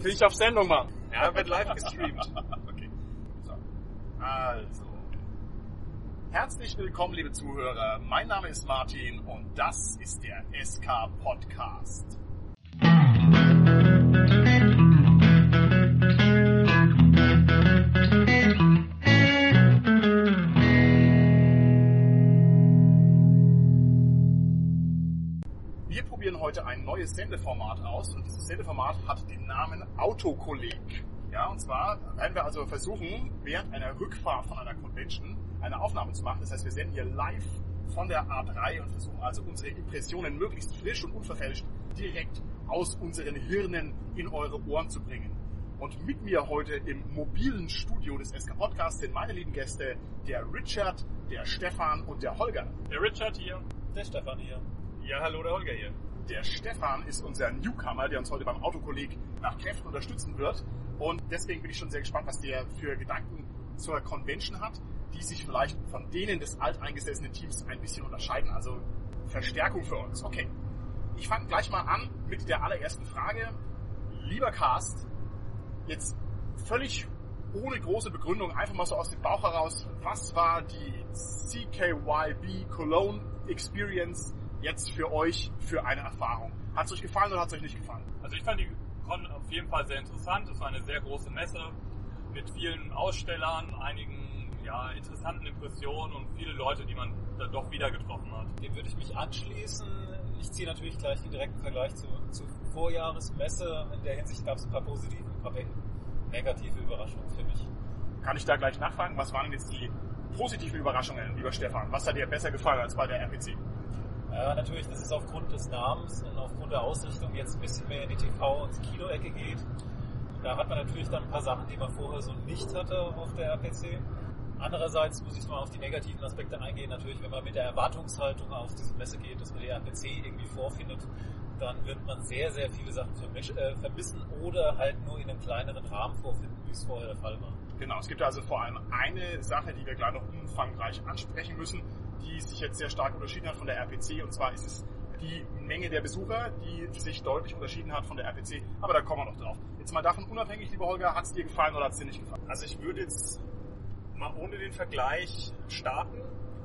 Will ich auf Sendung machen? Ja, wird live gestreamt. Okay. So. Also. Herzlich willkommen, liebe Zuhörer. Mein Name ist Martin und das ist der SK Podcast. Wir probieren heute ein neues Sendeformat aus und dieses Sendeformat hat den Namen Autokolleg. Ja, und zwar werden wir also versuchen, während einer Rückfahrt von einer Convention eine Aufnahme zu machen. Das heißt, wir senden hier live von der A3 und versuchen also unsere Impressionen möglichst frisch und unverfälscht direkt aus unseren Hirnen in eure Ohren zu bringen. Und mit mir heute im mobilen Studio des SK Podcasts sind meine lieben Gäste, der Richard, der Stefan und der Holger. Der Richard hier. Der Stefan hier. Ja, hallo, der Holger hier. Der Stefan ist unser Newcomer, der uns heute beim Autokolleg nach Kräften unterstützen wird. Und deswegen bin ich schon sehr gespannt, was der für Gedanken zur Convention hat, die sich vielleicht von denen des alteingesessenen Teams ein bisschen unterscheiden. Also Verstärkung für uns. Okay, ich fange gleich mal an mit der allerersten Frage. Lieber Cast, jetzt völlig ohne große Begründung, einfach mal so aus dem Bauch heraus, was war die CKYB Cologne Experience jetzt für euch für eine Erfahrung? Hat es euch gefallen oder hat es euch nicht gefallen? Also ich fand die Con auf jeden Fall sehr interessant. Es war eine sehr große Messe mit vielen Ausstellern, einigen interessanten Impressionen und viele Leute, die man dann doch wieder getroffen hat. Dem würde ich mich anschließen. Ich ziehe natürlich gleich den direkten Vergleich zur Vorjahresmesse. In der Hinsicht gab es ein paar positive, ein paar negative Überraschungen für mich. Kann ich da gleich nachfragen, was waren denn jetzt die positiven Überraschungen, lieber Stefan? Was hat dir besser gefallen als bei der RPC? Ja, natürlich, dass es aufgrund des Namens und aufgrund der Ausrichtung jetzt ein bisschen mehr in die TV- und Kino-Ecke geht. Da hat man natürlich dann ein paar Sachen, die man vorher so nicht hatte auf der RPC. Andererseits muss ich mal auf die negativen Aspekte eingehen. Natürlich, wenn man mit der Erwartungshaltung auf diese Messe geht, dass man die RPC irgendwie vorfindet, dann wird man sehr, sehr viele Sachen vermissen oder halt nur in einem kleineren Rahmen vorfinden, wie es vorher der Fall war. Genau, es gibt also vor allem eine Sache, die wir gleich noch umfangreich ansprechen müssen, die sich jetzt sehr stark unterschieden hat von der RPC, und zwar ist es die Menge der Besucher, die sich deutlich unterschieden hat von der RPC, aber da kommen wir noch drauf. Jetzt mal davon unabhängig, lieber Holger, hat es dir gefallen oder hat es dir nicht gefallen? Also ich würde jetzt mal ohne den Vergleich starten.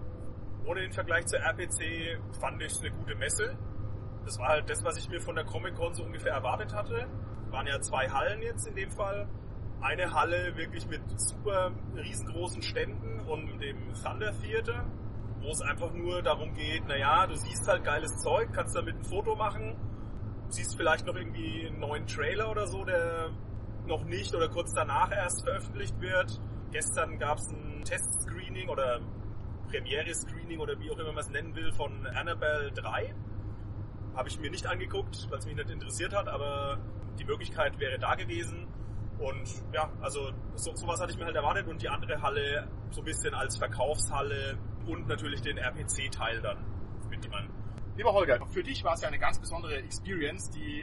Ohne den Vergleich zur RPC fand ich es eine gute Messe. Das war halt das, was ich mir von der Comic-Con so ungefähr erwartet hatte. Waren ja 2 Hallen jetzt in dem Fall. Eine Halle wirklich mit super riesengroßen Ständen und dem Thunder Theater, wo es einfach nur darum geht, du siehst halt geiles Zeug, kannst damit ein Foto machen, siehst vielleicht noch irgendwie einen neuen Trailer oder so, der noch nicht oder kurz danach erst veröffentlicht wird. Gestern gab es ein Testscreening oder Premiere-Screening oder wie auch immer man es nennen will von Annabelle 3. Habe ich mir nicht angeguckt, weil es mich nicht interessiert hat, aber die Möglichkeit wäre da gewesen. Und ja, also sowas hatte ich mir halt erwartet und die andere Halle so ein bisschen als Verkaufshalle und natürlich den RPC-Teil dann mit jemandem. Lieber Holger, für dich war es ja eine ganz besondere Experience, die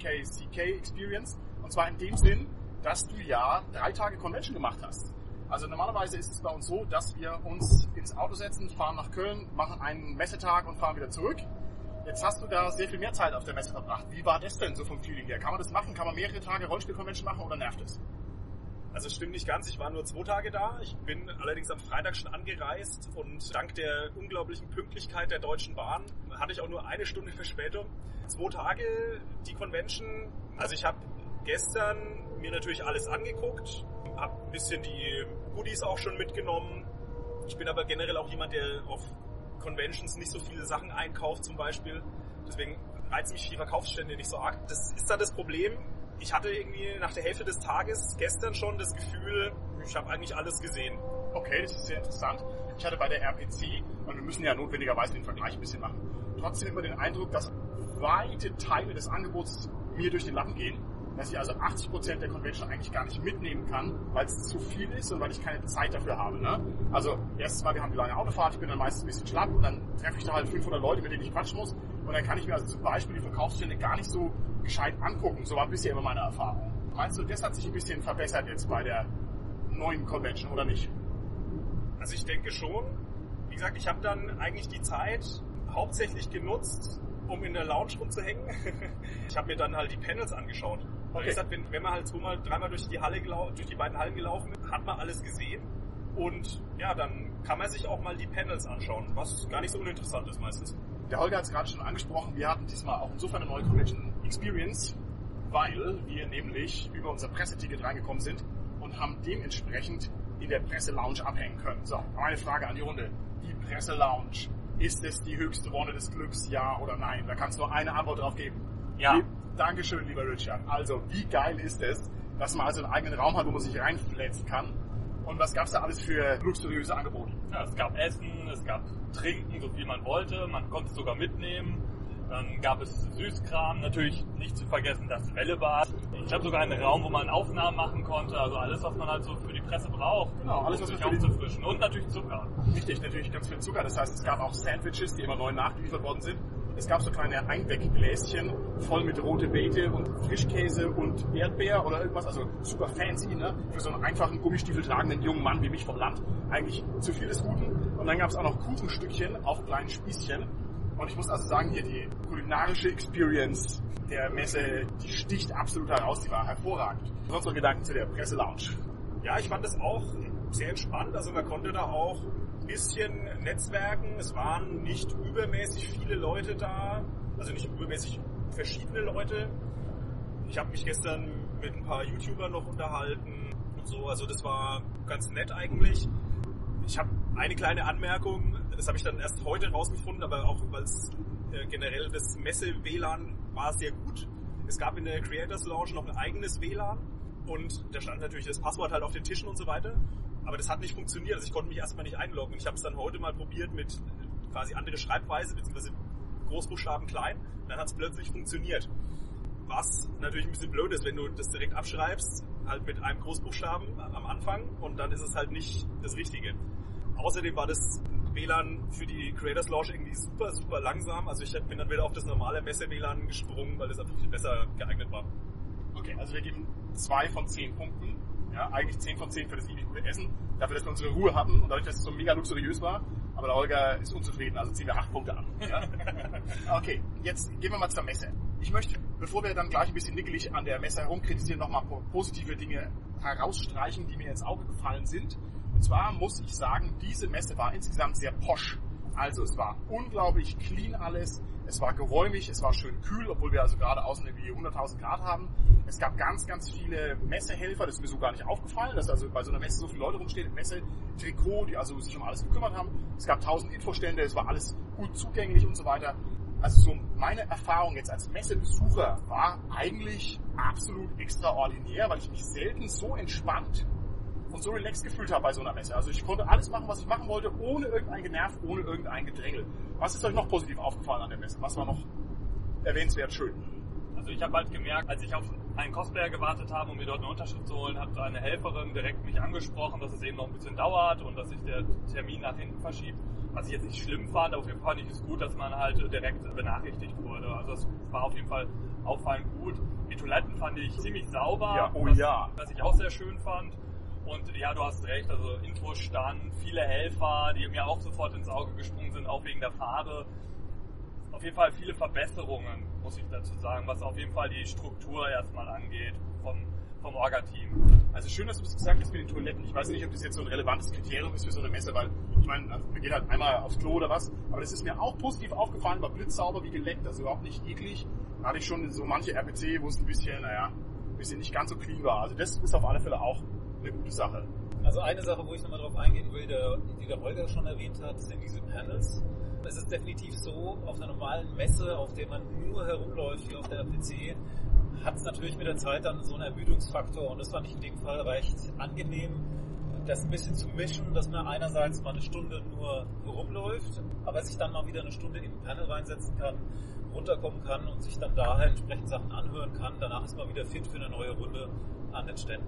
KKCK Experience, und zwar in dem Sinn, dass du ja 3 Tage Convention gemacht hast. Also normalerweise ist es bei uns so, dass wir uns ins Auto setzen, fahren nach Köln, machen einen Messetag und fahren wieder zurück. Jetzt hast du da sehr viel mehr Zeit auf der Messe verbracht. Wie war das denn so vom Feeling her? Kann man das machen? Kann man mehrere Tage Rollenspiel-Convention machen oder nervt es? Also es stimmt nicht ganz, ich war nur 2 Tage da. Ich bin allerdings am Freitag schon angereist und dank der unglaublichen Pünktlichkeit der Deutschen Bahn hatte ich auch nur 1 Stunde Verspätung. 2 Tage die Convention. Also ich habe gestern mir natürlich alles angeguckt, habe ein bisschen die Goodies auch schon mitgenommen. Ich bin aber generell auch jemand, der auf Conventions nicht so viele Sachen einkauft zum Beispiel. Deswegen reizen mich die Verkaufsstände nicht so arg. Das ist dann das Problem. Ich hatte irgendwie nach der Hälfte des Tages gestern schon das Gefühl, ich habe eigentlich alles gesehen. Okay, das ist sehr interessant. Ich hatte bei der RPC, und wir müssen ja notwendigerweise den Vergleich ein bisschen machen, trotzdem immer den Eindruck, dass weite Teile des Angebots mir durch den Lappen gehen. Dass ich also 80% der Convention eigentlich gar nicht mitnehmen kann, weil es zu viel ist und weil ich keine Zeit dafür habe. Ne? Also erstens mal, wir haben die lange Autofahrt, ich bin dann meistens ein bisschen schlapp und dann treffe ich da halt 500 Leute, mit denen ich quatschen muss, und dann kann ich mir also zum Beispiel die Verkaufsstände gar nicht so gescheit angucken. So war bisher immer meine Erfahrung. Meinst du, das hat sich ein bisschen verbessert jetzt bei der neuen Convention oder nicht? Also ich denke schon. Wie gesagt, ich habe dann eigentlich die Zeit hauptsächlich genutzt, um in der Lounge rumzuhängen. Ich habe mir dann halt die Panels angeschaut. Wie gesagt, wenn man halt dreimal durch die beiden Hallen gelaufen ist, hat man alles gesehen. Und ja, dann kann man sich auch mal die Panels anschauen, was gar nicht so uninteressant ist meistens. Der Holger hat es gerade schon angesprochen, wir hatten diesmal auch insofern eine neue Convention Experience, weil wir nämlich über unser Presseticket reingekommen sind und haben dementsprechend in der Presselounge abhängen können. So, meine Frage an die Runde. Die Presselounge, ist es die höchste Wonne des Glücks, ja oder nein? Da kannst du nur eine Antwort drauf geben. Ja. Dankeschön, lieber Richard. Also, wie geil ist es, dass man also einen eigenen Raum hat, wo man sich reinflätzen kann? Und was gab's da alles für luxuriöse Angebote? Ja, es gab Essen, es gab Trinken, so viel man wollte. Man konnte es sogar mitnehmen. Dann gab es Süßkram, natürlich nicht zu vergessen das Bällebad. Ich habe sogar einen Raum, wo man Aufnahmen machen konnte. Also alles, was man halt so für die Presse braucht. Genau, alles, um was sich man aufzufrischen. Und natürlich Zucker. Richtig, natürlich ganz viel Zucker. Das heißt, es gab auch Sandwiches, die immer neu nachgeliefert worden sind. Es gab so kleine Einweggläschen voll mit rote Beete und Frischkäse und Erdbeer oder irgendwas. Also super fancy, ne? Für so einen einfachen Gummistiefel tragenden jungen Mann wie mich vom Land. Eigentlich zu viel des Guten. Und dann gab es auch noch Kuchenstückchen auf kleinen Spießchen. Und ich muss also sagen, hier die kulinarische Experience der Messe, die sticht absolut heraus, die war hervorragend. Sonst noch Gedanken zu der Presselounge? Ja, ich fand das auch sehr entspannt. Also man konnte da auch ein bisschen netzwerken. Es waren nicht übermäßig viele Leute da, also nicht übermäßig verschiedene Leute. Ich habe mich gestern mit ein paar YouTubern noch unterhalten und so. Also das war ganz nett eigentlich. Ich habe eine kleine Anmerkung, das habe ich dann erst heute rausgefunden, aber auch weil es generell das Messe-WLAN war sehr gut. Es gab in der Creators Lounge noch ein eigenes WLAN und da stand natürlich das Passwort halt auf den Tischen und so weiter. Aber das hat nicht funktioniert, also ich konnte mich erstmal nicht einloggen. Und ich habe es dann heute mal probiert mit quasi andere Schreibweise, beziehungsweise Großbuchstaben klein. Und dann hat es plötzlich funktioniert. Was natürlich ein bisschen blöd ist, wenn du das direkt abschreibst, halt mit einem Großbuchstaben am Anfang und dann ist es halt nicht das Richtige. Außerdem war das WLAN für die Creators Lounge irgendwie super, super langsam. Also ich bin dann wieder auf das normale Messe-WLAN gesprungen, weil das einfach viel besser geeignet war. Okay, also wir geben 2 von 10 Punkten. Ja, eigentlich 10 von 10 für das ewig gute Essen. Dafür, dass wir unsere Ruhe hatten und dadurch, dass es so mega luxuriös war. Aber der Holger ist unzufrieden, also ziehen wir 8 Punkte an. Ja? Okay, jetzt gehen wir mal zur Messe. Ich möchte, bevor wir dann gleich ein bisschen nickelig an der Messe herumkritisieren, nochmal positive Dinge herausstreichen, die mir ins Auge gefallen sind. Und zwar muss ich sagen, diese Messe war insgesamt sehr posch. Also es war unglaublich clean alles, es war geräumig, es war schön kühl, obwohl wir also gerade außen irgendwie 100.000 Grad haben. Es gab ganz, ganz viele Messehelfer, das ist mir so gar nicht aufgefallen, dass also bei so einer Messe so viele Leute rumstehen im Messetrikot, die also sich um alles gekümmert haben. Es gab 1000 Infostände, es war alles gut zugänglich und so weiter. Also so meine Erfahrung jetzt als Messebesucher war eigentlich absolut extraordinär, weil ich mich selten so entspannt und so relaxed gefühlt habe bei so einer Messe. Also ich konnte alles machen, was ich machen wollte, ohne irgendein Generv, ohne irgendein Gedrängel. Was ist euch noch positiv aufgefallen an der Messe? Was war noch erwähnenswert schön? Also ich habe halt gemerkt, als ich auf einen Cosplayer gewartet habe, um mir dort eine Unterschrift zu holen, hat eine Helferin direkt mich angesprochen, dass es eben noch ein bisschen dauert und dass sich der Termin nach hinten verschiebt. Was ich jetzt nicht schlimm fand, auf jeden Fall fand ich es gut, dass man halt direkt benachrichtigt wurde. Also das war auf jeden Fall auffallend gut. Die Toiletten fand ich ziemlich sauber, ja, was ich auch sehr schön fand. Und ja, du hast recht, also Infostand, viele Helfer, die mir auch sofort ins Auge gesprungen sind, auch wegen der Farbe. Auf jeden Fall viele Verbesserungen, muss ich dazu sagen, was auf jeden Fall die Struktur erstmal angeht vom Orga-Team. Also schön, dass du das gesagt hast mit den Toiletten. Ich weiß nicht, ob das jetzt so ein relevantes Kriterium ist für so eine Messe, weil ich meine, man geht halt einmal aufs Klo oder was, aber das ist mir auch positiv aufgefallen, war blitzsauber wie geleckt, also überhaupt nicht eklig. Da hatte ich schon so manche RPC, wo es ein bisschen nicht ganz so clean war. Also das ist auf alle Fälle auch eine gute Sache. Also eine Sache, wo ich nochmal drauf eingehen will, die der Holger schon erwähnt hat, sind diese Panels. Es ist definitiv so, auf einer normalen Messe, auf der man nur herumläuft, wie auf der RPC, hat es natürlich mit der Zeit dann so einen Ermüdungsfaktor und das fand ich in dem Fall recht angenehm, das ein bisschen zu mischen, dass man einerseits mal eine Stunde nur herumläuft, aber sich dann mal wieder eine Stunde in ein Panel reinsetzen kann, runterkommen kann und sich dann daher entsprechend Sachen anhören kann. Danach ist man wieder fit für eine neue Runde an den Ständen.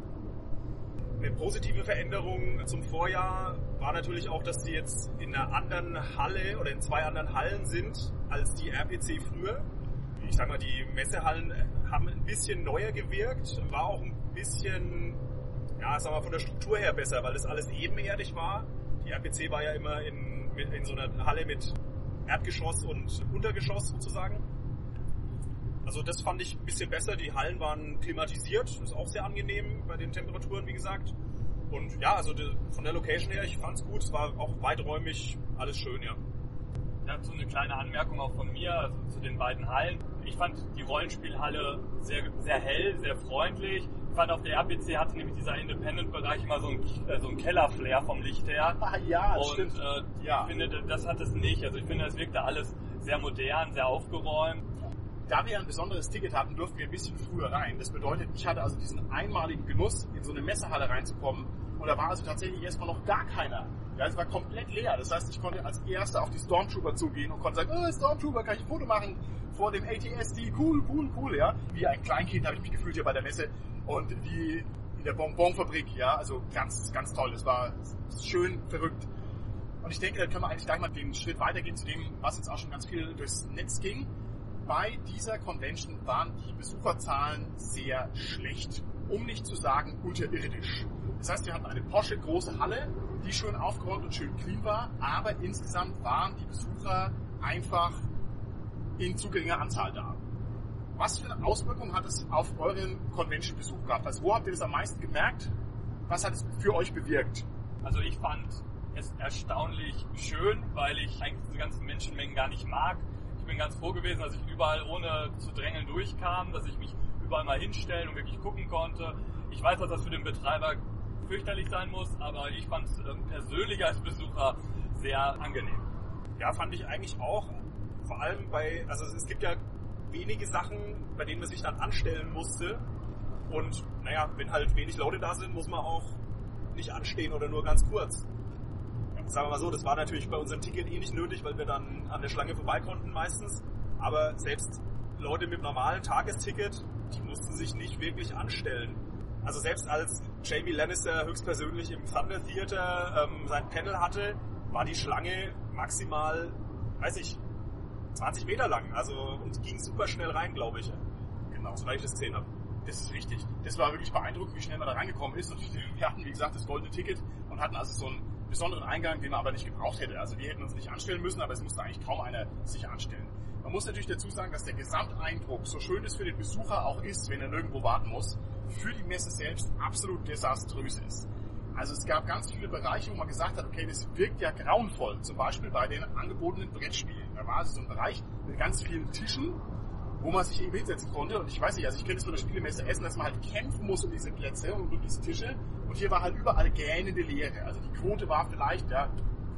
Eine positive Veränderung zum Vorjahr war natürlich auch, dass die jetzt in einer anderen Halle oder in 2 anderen Hallen sind als die RPC früher. Ich sag mal, die Messehallen haben ein bisschen neuer gewirkt, war auch ein bisschen, ja, sagen wir von der Struktur her besser, weil das alles ebenerdig war. Die RPC war ja immer in so einer Halle mit Erdgeschoss und Untergeschoss sozusagen. Also das fand ich ein bisschen besser. Die Hallen waren klimatisiert, das ist auch sehr angenehm bei den Temperaturen, wie gesagt. Und ja, also von der Location her, ich fand's gut. Es war auch weiträumig, alles schön, ja. Dazu eine kleine Anmerkung auch von mir, also zu den beiden Hallen. Ich fand die Rollenspielhalle sehr, sehr hell, sehr freundlich. Ich fand, auf der RPC hatte nämlich dieser Independent-Bereich immer so ein Keller-Flair vom Licht her. Ah ja, das und stimmt. ich finde, das hat es nicht. Also ich finde, es wirkte alles sehr modern, sehr aufgeräumt. Da wir ein besonderes Ticket hatten, durften wir ein bisschen früher rein. Das bedeutet, ich hatte also diesen einmaligen Genuss, in so eine Messehalle reinzukommen. Und da war also tatsächlich erstmal noch gar keiner. Ja, es war komplett leer. Das heißt, ich konnte als Erster auf die Stormtrooper zugehen und konnte sagen, Stormtrooper, kann ich ein Foto machen vor dem ATST? Cool, ja. Wie ein Kleinkind habe ich mich gefühlt hier bei der Messe. Und wie in der Bonbonfabrik, ja. Also ganz, ganz toll. Es war schön verrückt. Und ich denke, da können wir eigentlich gleich mal den Schritt weitergehen zu dem, was jetzt auch schon ganz viel durchs Netz ging. Bei dieser Convention waren die Besucherzahlen sehr schlecht. Um nicht zu sagen unterirdisch. Das heißt, wir hatten eine Porsche große Halle, die schön aufgeräumt und schön clean war, aber insgesamt waren die Besucher einfach in zu geringer Anzahl da. Was für eine Auswirkung hat es auf euren Convention-Besuch gehabt? Also wo habt ihr das am meisten gemerkt? Was hat es für euch bewirkt? Also ich fand es erstaunlich schön, weil ich eigentlich diese ganzen Menschenmengen gar nicht mag. Ich bin ganz froh gewesen, dass ich überall ohne zu drängeln durchkam, dass ich mich überall mal hinstellen und wirklich gucken konnte. Ich weiß, dass das für den Betreiber fürchterlich sein muss, aber ich fand es persönlich als Besucher sehr angenehm. Ja, fand ich eigentlich auch. Vor allem also es gibt ja wenige Sachen, bei denen man sich dann anstellen musste. Und naja, wenn halt wenig Leute da sind, muss man auch nicht anstehen oder nur ganz kurz. Sagen wir mal so, das war natürlich bei unserem Ticket nicht nötig, weil wir dann an der Schlange vorbei konnten meistens. Aber selbst Leute mit normalen Tagesticket, die mussten sich nicht wirklich anstellen. Also selbst als Jaime Lannister höchstpersönlich im Thunder Theater sein Panel hatte, war die Schlange maximal, 20 Meter lang. Also und ging super schnell rein, glaube ich. Genau, soweit ich das gesehen habe. Das ist richtig. Das war wirklich beeindruckend, wie schnell man da reingekommen ist. Und wir hatten, wie gesagt, das goldene Ticket und hatten also so einen besonderen Eingang, den man aber nicht gebraucht hätte. Also wir hätten uns nicht anstellen müssen, aber es musste eigentlich kaum einer sich anstellen. Man muss natürlich dazu sagen, dass der Gesamteindruck, so schön es für den Besucher auch ist, wenn er nirgendwo warten muss, für die Messe selbst absolut desaströs ist. Also es gab ganz viele Bereiche, wo man gesagt hat, okay, das wirkt ja grauenvoll. Zum Beispiel bei den angebotenen Brettspielen. Da war also so ein Bereich mit ganz vielen Tischen, wo man sich eben hinsetzen konnte. Und ich weiß nicht, also ich kenne es von der Spielemesse Essen, dass man halt kämpfen muss um diese Plätze und um diese Tische. Und hier war halt überall gähnende Leere. Also die Quote war vielleicht, ja,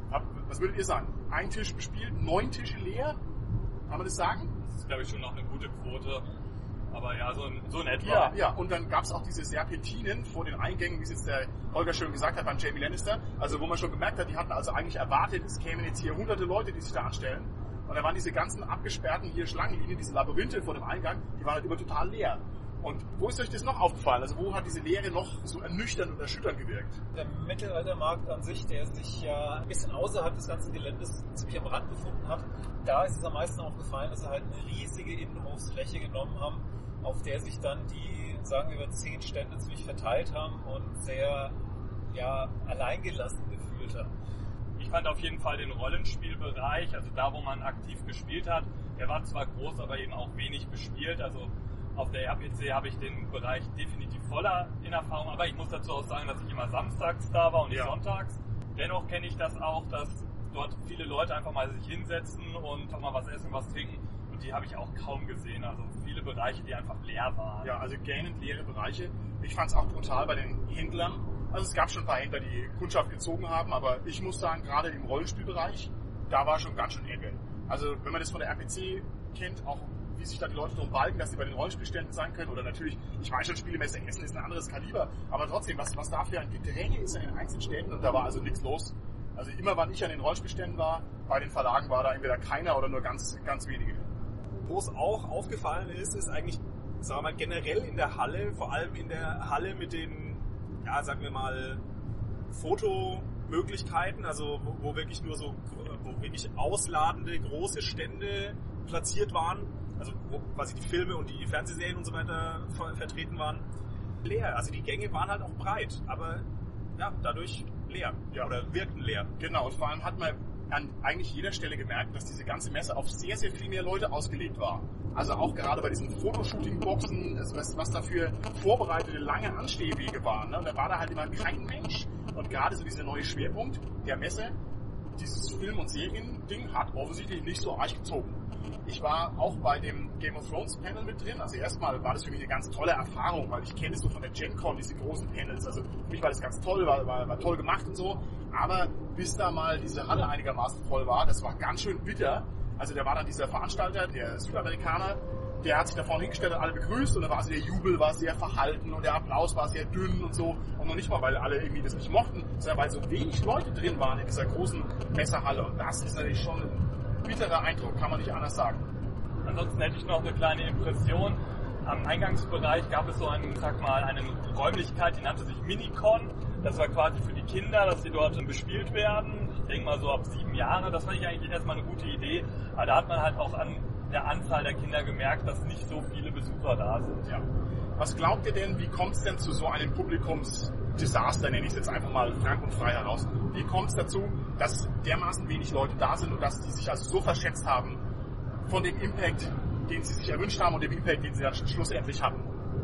was würdet ihr sagen? Ein Tisch bespielt, 9 Tische leer? Kann man das sagen? Das ist, glaube ich, schon noch eine gute Quote. Aber ja, so in etwa. Ja, und dann gab es auch diese Serpentinen vor den Eingängen, wie es jetzt der Holger schön gesagt hat, beim Jaime Lannister. Also wo man schon gemerkt hat, die hatten also eigentlich erwartet, es kämen jetzt hier hunderte Leute, die sich da anstellen. Und da waren diese ganzen abgesperrten hier Schlangenlinien, diese Labyrinthe vor dem Eingang, die waren halt immer total leer. Und wo ist euch das noch aufgefallen? Also wo hat diese Leere noch so ernüchternd und erschütternd gewirkt? Der Mittelaltermarkt an sich, der sich ja ein bisschen außerhalb des ganzen Geländes ziemlich am Rand befunden hat, da ist es am meisten aufgefallen, dass sie halt eine riesige Innenhofsfläche genommen haben, auf der sich dann die, sagen wir mal, 10 Stände ziemlich verteilt haben und sehr, ja, alleingelassen gefühlt haben. Ich fand auf jeden Fall den Rollenspielbereich, also da, wo man aktiv gespielt hat, der war zwar groß, aber eben auch wenig bespielt. Also auf der RPC habe ich den Bereich definitiv voller in Erfahrung, aber ich muss dazu auch sagen, dass ich immer samstags da war und nicht sonntags. Dennoch kenne ich das auch, dass dort viele Leute einfach mal sich hinsetzen und auch mal was essen, was trinken. Und die habe ich auch kaum gesehen. Also viele Bereiche, die einfach leer waren. Ja, also gähnend leere Bereiche. Ich fand es auch brutal bei den Händlern. Also es gab schon ein paar Händler, die Kundschaft gezogen haben, aber ich muss sagen, gerade im Rollenspielbereich, da war schon ganz schön enge. Also wenn man das von der RPC kennt, auch wie sich da die Leute drum balgen, dass sie bei den Rollenspielständen sein können, oder natürlich, ich weiß schon, Spielemesse Essen ist ein anderes Kaliber, aber trotzdem, was da für ein Gedränge ist an den einzelnen Ständen, und da war also nichts los. Also immer, wann ich an den Rollenspielständen war, bei den Verlagen war da entweder keiner oder nur ganz, ganz wenige. Wo es auch aufgefallen ist eigentlich, sagen wir mal, generell in der Halle, vor allem in der Halle mit den, ja, sagen wir mal, Fotomöglichkeiten, also wo wirklich nur so, wo wirklich ausladende große Stände platziert waren, also wo quasi die Filme und die Fernsehserien und so weiter vertreten waren, leer. Also die Gänge waren halt auch breit, aber ja, dadurch leer, ja, oder wirkten leer. Genau, und vor allem hat man an eigentlich jeder Stelle gemerkt, dass diese ganze Messe auf sehr, sehr viel mehr Leute ausgelegt war. Also auch gerade bei diesen Fotoshooting-Boxen, also was da für vorbereitete lange Anstehwege waren. Ne? Und da war da halt immer kein Mensch. Und gerade so dieser neue Schwerpunkt der Messe, dieses Film- und Serien-Ding, hat offensichtlich nicht so arg gezogen. Ich war auch bei dem Game of Thrones Panel mit drin. Also erstmal war das für mich eine ganz tolle Erfahrung, weil ich kenne es so von der Gen Con, diese großen Panels. Also für mich war das ganz toll, war toll gemacht und so. Aber bis da mal diese Halle einigermaßen voll war, das war ganz schön bitter. Also da war dann dieser Veranstalter, der Südamerikaner, der hat sich da vorne hingestellt und alle begrüßt und da war der Jubel war sehr verhalten und der Applaus war sehr dünn und so. Und noch nicht mal, weil alle irgendwie das nicht mochten, sondern weil so wenig Leute drin waren in dieser großen Messerhalle. Und das ist natürlich schon ein bitterer Eindruck, kann man nicht anders sagen. Ansonsten hätte ich noch eine kleine Impression. Am Eingangsbereich gab es so eine Räumlichkeit, die nannte sich Minicon. Das war quasi für die Kinder, dass sie dort bespielt werden. Ich denke mal so ab 7 Jahre. Das fand ich eigentlich erstmal eine gute Idee. Aber da hat man halt auch an der Anzahl der Kinder gemerkt, dass nicht so viele Besucher da sind. Ja. Was glaubt ihr denn, wie kommt es denn zu so einem Publikumsdesaster, nenne ich es jetzt einfach mal frank und frei heraus? Wie kommt es dazu, dass dermaßen wenig Leute da sind und dass die sich also so verschätzt haben von dem Impact, den sie sich erwünscht haben und dem Impact, den sie dann schlussendlich hatten?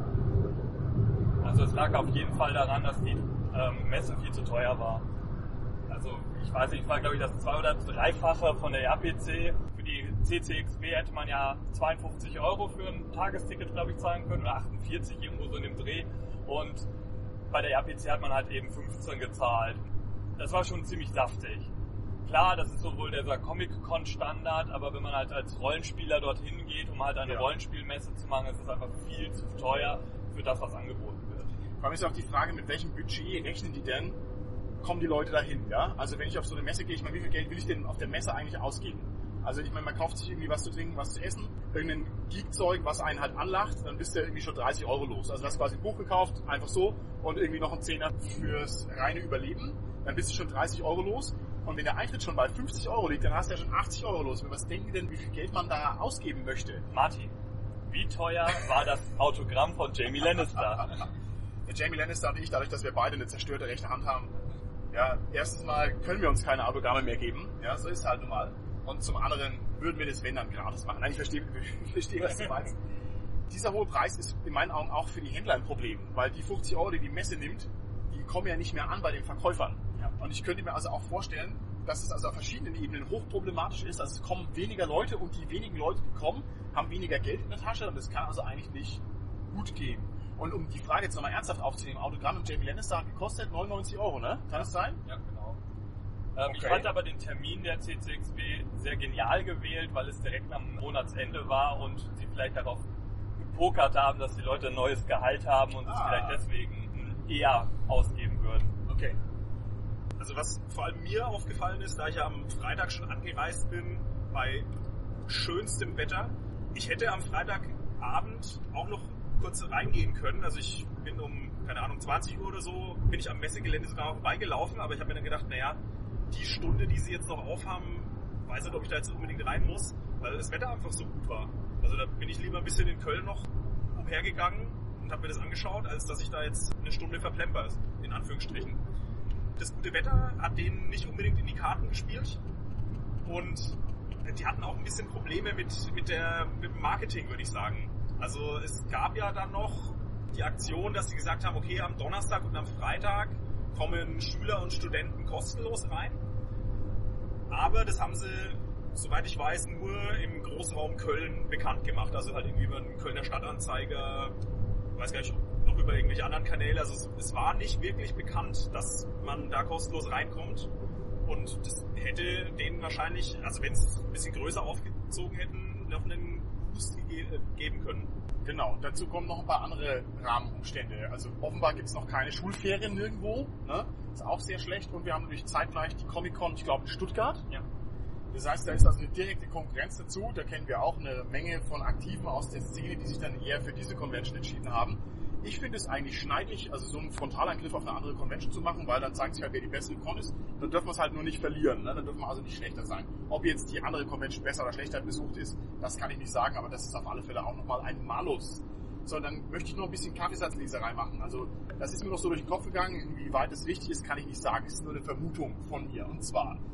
Also es lag auf jeden Fall daran, dass die Messe viel zu teuer war. Also ich weiß nicht, es war glaube ich das 2- oder 3-fache von der RPC. Für die CCXP hätte man ja 52 € für ein Tagesticket, glaube ich, zahlen können, oder 48, irgendwo so in dem Dreh. Und bei der RPC hat man halt eben 15 gezahlt. Das war schon ziemlich saftig. Klar, das ist sowohl dieser Comic-Con-Standard, aber wenn man halt als Rollenspieler dorthin geht, um halt eine Rollenspielmesse zu machen, ist es einfach viel zu teuer für das, was angeboten wird. Vor allem ist auch die Frage, mit welchem Budget rechnen die denn, kommen die Leute dahin, ja? Also wenn ich auf so eine Messe gehe, ich meine, wie viel Geld will ich denn auf der Messe eigentlich ausgeben? Also ich meine, man kauft sich irgendwie was zu trinken, was zu essen, irgendein Geekzeug, was einen halt anlacht, dann bist du irgendwie schon 30 € los. Also du hast quasi ein Buch gekauft, einfach so, und irgendwie noch einen Zehner fürs reine Überleben, dann bist du schon 30 € los. Und wenn der Eintritt schon bei 50 € liegt, dann hast du ja schon 80 € los. Was denken die denn, wie viel Geld man da ausgeben möchte? Martin, wie teuer war das Autogramm von Jamie Lannister? Der Jamie Lannister und ich, dadurch, dass wir beide eine zerstörte rechte Hand haben, ja, erstens mal können wir uns keine Autogramme mehr geben. Ja, so ist es halt nun mal. Und zum anderen würden wir das, wenn, dann gratis machen. Nein, ich verstehe, was du meinst. Dieser hohe Preis ist in meinen Augen auch für die Händler ein Problem, weil die 50 €, die die Messe nimmt, die kommen ja nicht mehr an bei den Verkäufern. Ja. Und ich könnte mir also auch vorstellen, dass es also auf verschiedenen Ebenen hochproblematisch ist. Also es kommen weniger Leute und die wenigen Leute, die kommen, haben weniger Geld in der Tasche und das kann also eigentlich nicht gut gehen. Und um die Frage jetzt nochmal ernsthaft aufzunehmen, Autogramm und Jamie Lannister hat gekostet 99 €, ne? Kann das sein? Ja, genau. Okay. Ich fand aber den Termin der CCXP sehr genial gewählt, weil es direkt am Monatsende war und sie vielleicht darauf gepokert haben, dass die Leute ein neues Gehalt haben und es vielleicht deswegen eher ausgeben würden. Okay. Also was vor allem mir aufgefallen ist, da ich ja am Freitag schon angereist bin, bei schönstem Wetter, ich hätte am Freitagabend auch noch kurz reingehen können. Also ich bin um, keine Ahnung, 20 Uhr oder so, bin ich am Messegelände sogar vorbeigelaufen, aber ich habe mir dann gedacht, naja, die Stunde, die sie jetzt noch aufhaben, weiß nicht, ob ich da jetzt unbedingt rein muss, weil das Wetter einfach so gut war. Also da bin ich lieber ein bisschen in Köln noch umhergegangen und habe mir das angeschaut, als dass ich da jetzt eine Stunde verplemper, in Anführungsstrichen. Das gute Wetter hat denen nicht unbedingt in die Karten gespielt und die hatten auch ein bisschen Probleme mit dem Marketing, würde ich sagen. Also es gab ja dann noch die Aktion, dass sie gesagt haben, okay, am Donnerstag und am Freitag kommen Schüler und Studenten kostenlos rein. Aber das haben sie, soweit ich weiß, nur im Großraum Köln bekannt gemacht. Also halt irgendwie über einen Kölner Stadtanzeiger, ich weiß gar nicht, noch über irgendwelche anderen Kanäle. Also es war nicht wirklich bekannt, dass man da kostenlos reinkommt. Und das hätte denen wahrscheinlich, also wenn es ein bisschen größer aufgezogen hätten, noch einen Boost geben können. Genau, dazu kommen noch ein paar andere Rahmenumstände. Also offenbar gibt es noch keine Schulferien nirgendwo, ne? Ist auch sehr schlecht. Und wir haben natürlich zeitgleich die Comic-Con, ich glaube in Stuttgart. Ja. Das heißt, da ist also eine direkte Konkurrenz dazu. Da kennen wir auch eine Menge von Aktiven aus der Szene, die sich dann eher für diese Convention entschieden haben. Ich finde es eigentlich schneidig, also so einen Frontalangriff auf eine andere Convention zu machen, weil dann zeigt sich halt, wer die bessere Con ist. Dann dürfen wir es halt nur nicht verlieren, ne? Dann dürfen wir also nicht schlechter sein. Ob jetzt die andere Convention besser oder schlechter besucht ist, das kann ich nicht sagen, aber das ist auf alle Fälle auch nochmal ein Malus. So, dann möchte ich noch ein bisschen Kaffeesatzleserei machen. Also, das ist mir noch so durch den Kopf gegangen. Inwieweit es richtig ist, kann ich nicht sagen. Es ist nur eine Vermutung von mir. Und zwar, die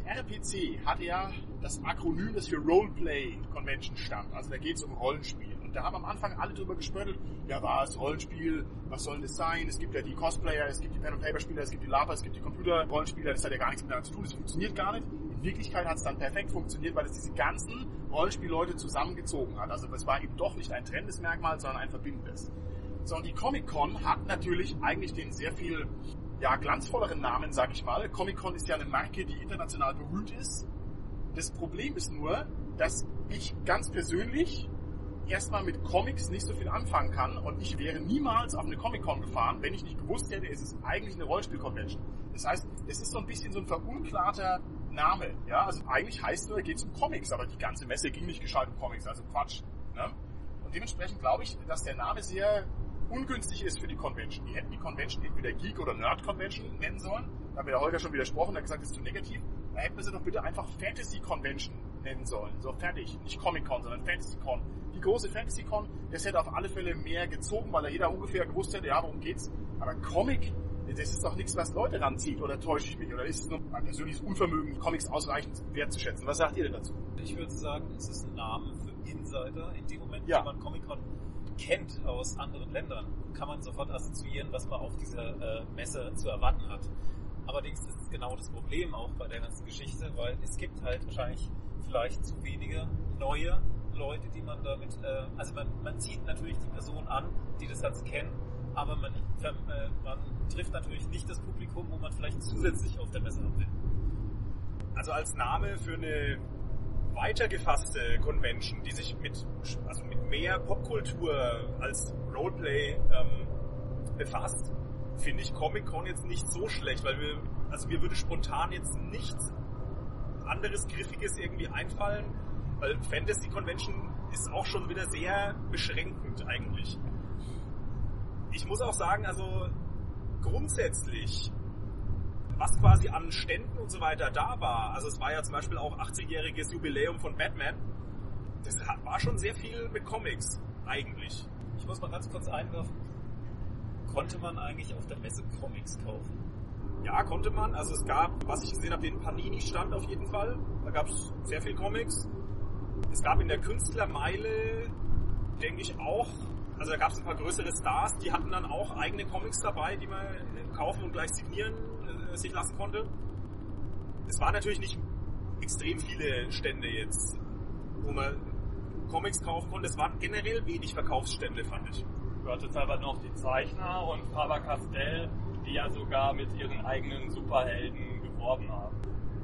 die RPC hat ja das Akronym, das für Roleplay Convention stand. Also da geht es um Rollenspiel. Und da haben am Anfang alle drüber gespöttelt, ja was, Rollenspiel, was soll das sein? Es gibt ja die Cosplayer, es gibt die Pen-and-Paper-Spieler, es gibt die LARPer, es gibt die Computer-Rollenspieler, das hat ja gar nichts miteinander zu tun, das funktioniert gar nicht. In Wirklichkeit hat es dann perfekt funktioniert, weil es diese ganzen Rollenspielleute zusammengezogen hat. Also es war eben doch nicht ein trennendes Merkmal, sondern ein verbindendes. So, und die Comic-Con hat natürlich eigentlich den sehr viel glanzvolleren Namen, sag ich mal. Comic-Con ist ja eine Marke, die international berühmt ist. Das Problem ist nur, dass ich ganz persönlich erstmal mit Comics nicht so viel anfangen kann und ich wäre niemals auf eine Comic-Con gefahren, wenn ich nicht gewusst hätte, es ist eigentlich eine Rollenspiel-Convention. Das heißt, es ist so ein bisschen so ein verunklarter Name. Ja? Also eigentlich heißt nur, geht es um Comics, aber die ganze Messe ging nicht gescheit um Comics, also Quatsch. Ne? Und dementsprechend glaube ich, dass der Name sehr ungünstig ist für die Convention. Die hätten die Convention entweder Geek- oder Nerd-Convention nennen sollen. Da hat mir der Holger schon widersprochen, er hat gesagt, das ist zu negativ. Da hätten wir sie doch bitte einfach Fantasy-Convention nennen sollen. So, fertig. Nicht Comic-Con, sondern Fantasy-Con. Die große Fantasy-Con, das hätte auf alle Fälle mehr gezogen, weil da jeder ungefähr gewusst hätte, ja, worum geht's. Aber Comic, das ist doch nichts, was Leute ranzieht. Oder täusche ich mich? Oder ist es nur mein persönliches Unvermögen, Comics ausreichend wertzuschätzen? Was sagt ihr denn dazu? Ich würde sagen, es ist ein Name für Insider. In dem Moment, Ja. wenn man Comic-Con kennt aus anderen Ländern, kann man sofort assoziieren, was man auf dieser Messe zu erwarten hat. Allerdings ist es genau das Problem auch bei der ganzen Geschichte, weil es gibt halt wahrscheinlich vielleicht zu wenige neue Leute, die man damit, also man zieht natürlich die Personen an, die das Ganze kennen, aber man trifft natürlich nicht das Publikum, wo man vielleicht zusätzlich auf der Messe haben will. Also als Name für eine weitergefasste Convention, die sich mit mehr Popkultur als Roleplay befasst, finde ich Comic-Con jetzt nicht so schlecht, weil mir würde spontan jetzt nichts anderes Griffiges irgendwie einfallen, weil Fantasy Convention ist auch schon wieder sehr beschränkend eigentlich. Ich muss auch sagen, also grundsätzlich, was quasi an Ständen und so weiter da war, also es war ja zum Beispiel auch 80-jähriges Jubiläum von Batman, das war schon sehr viel mit Comics eigentlich. Ich muss mal ganz kurz einwerfen, konnte man eigentlich auf der Messe Comics kaufen? Ja, konnte man. Also es gab, was ich gesehen habe, den Panini-Stand auf jeden Fall. Da gab es sehr viel Comics. Es gab in der Künstlermeile, denke ich auch, also da gab es ein paar größere Stars, die hatten dann auch eigene Comics dabei, die man kaufen und gleich signieren sich lassen konnte. Es waren natürlich nicht extrem viele Stände jetzt, wo man Comics kaufen konnte. Es waren generell wenig Verkaufsstände, fand ich. Du hattest aber noch die Zeichner und Faber-Castell, die ja sogar mit ihren eigenen Superhelden geworben haben.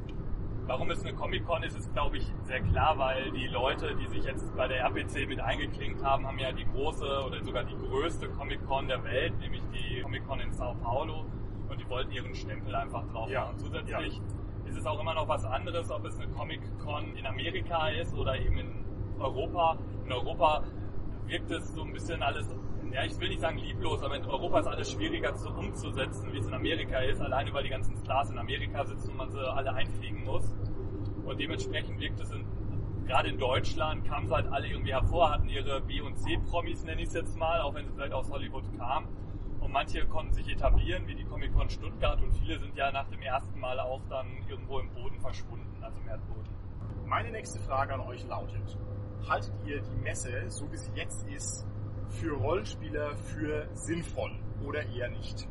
Warum es eine Comic-Con ist, ist, glaube ich, sehr klar, weil die Leute, die sich jetzt bei der RPC mit eingeklinkt haben, haben ja die große oder sogar die größte Comic-Con der Welt, nämlich die Comic-Con in Sao Paulo, und die wollten ihren Stempel einfach drauf machen. Zusätzlich ist es auch immer noch was anderes, ob es eine Comic-Con in Amerika ist oder eben in Europa. In Europa wirkt es so ein bisschen alles, ja, ich will nicht sagen lieblos, aber in Europa ist alles schwieriger umzusetzen, wie es in Amerika ist, alleine weil die ganzen Stars in Amerika sitzen und man sie alle einfliegen muss. Und dementsprechend wirkt es gerade in Deutschland, kamen sie halt alle irgendwie hervor, hatten ihre B- und C-Promis, nenne ich es jetzt mal, auch wenn sie vielleicht aus Hollywood kamen. Und manche konnten sich etablieren, wie die Comic-Con Stuttgart, und viele sind ja nach dem ersten Mal auch dann irgendwo im Boden verschwunden, also im Erdboden. Meine nächste Frage an euch lautet: Haltet ihr die Messe, so wie sie jetzt ist, für Rollenspieler für sinnvoll oder eher nicht?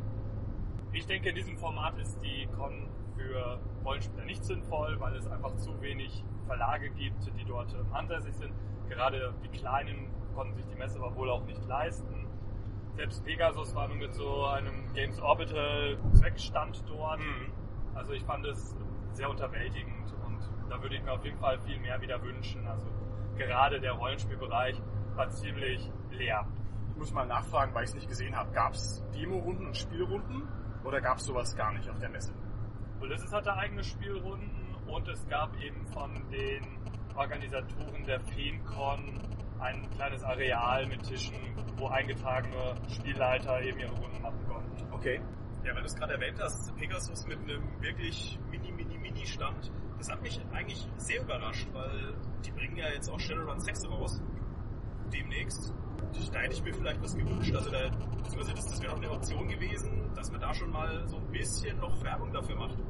Ich denke, in diesem Format ist die Con für Rollenspieler nicht sinnvoll, weil es einfach zu wenig Verlage gibt, die dort ansässig sind. Gerade die Kleinen konnten sich die Messe aber wohl auch nicht leisten. Selbst Pegasus war nur mit so einem Games Orbital Zweckstand dort. Also ich fand es sehr unterwältigend und da würde ich mir auf jeden Fall viel mehr wieder wünschen. Also gerade der Rollenspielbereich war ziemlich leer. Ich muss mal nachfragen, weil ich es nicht gesehen habe. Gab es Demo-Runden und Spielrunden oder gab es sowas gar nicht auf der Messe? Ulysses hatte eigene Spielrunden und es gab eben von den Organisatoren der FeenCon ein kleines Areal mit Tischen, wo eingetragene Spielleiter eben ihre Runden machen konnten. Okay. Ja, weil du es gerade erwähnt hast, Pegasus mit einem wirklich Mini-Stand, das hat mich eigentlich sehr überrascht, weil die bringen ja jetzt auch Shadowrun 6 raus, demnächst. Da hätte ich mir vielleicht was gewünscht, also beziehungsweise das wäre noch eine Option gewesen, dass man da schon mal so ein bisschen noch Werbung dafür macht.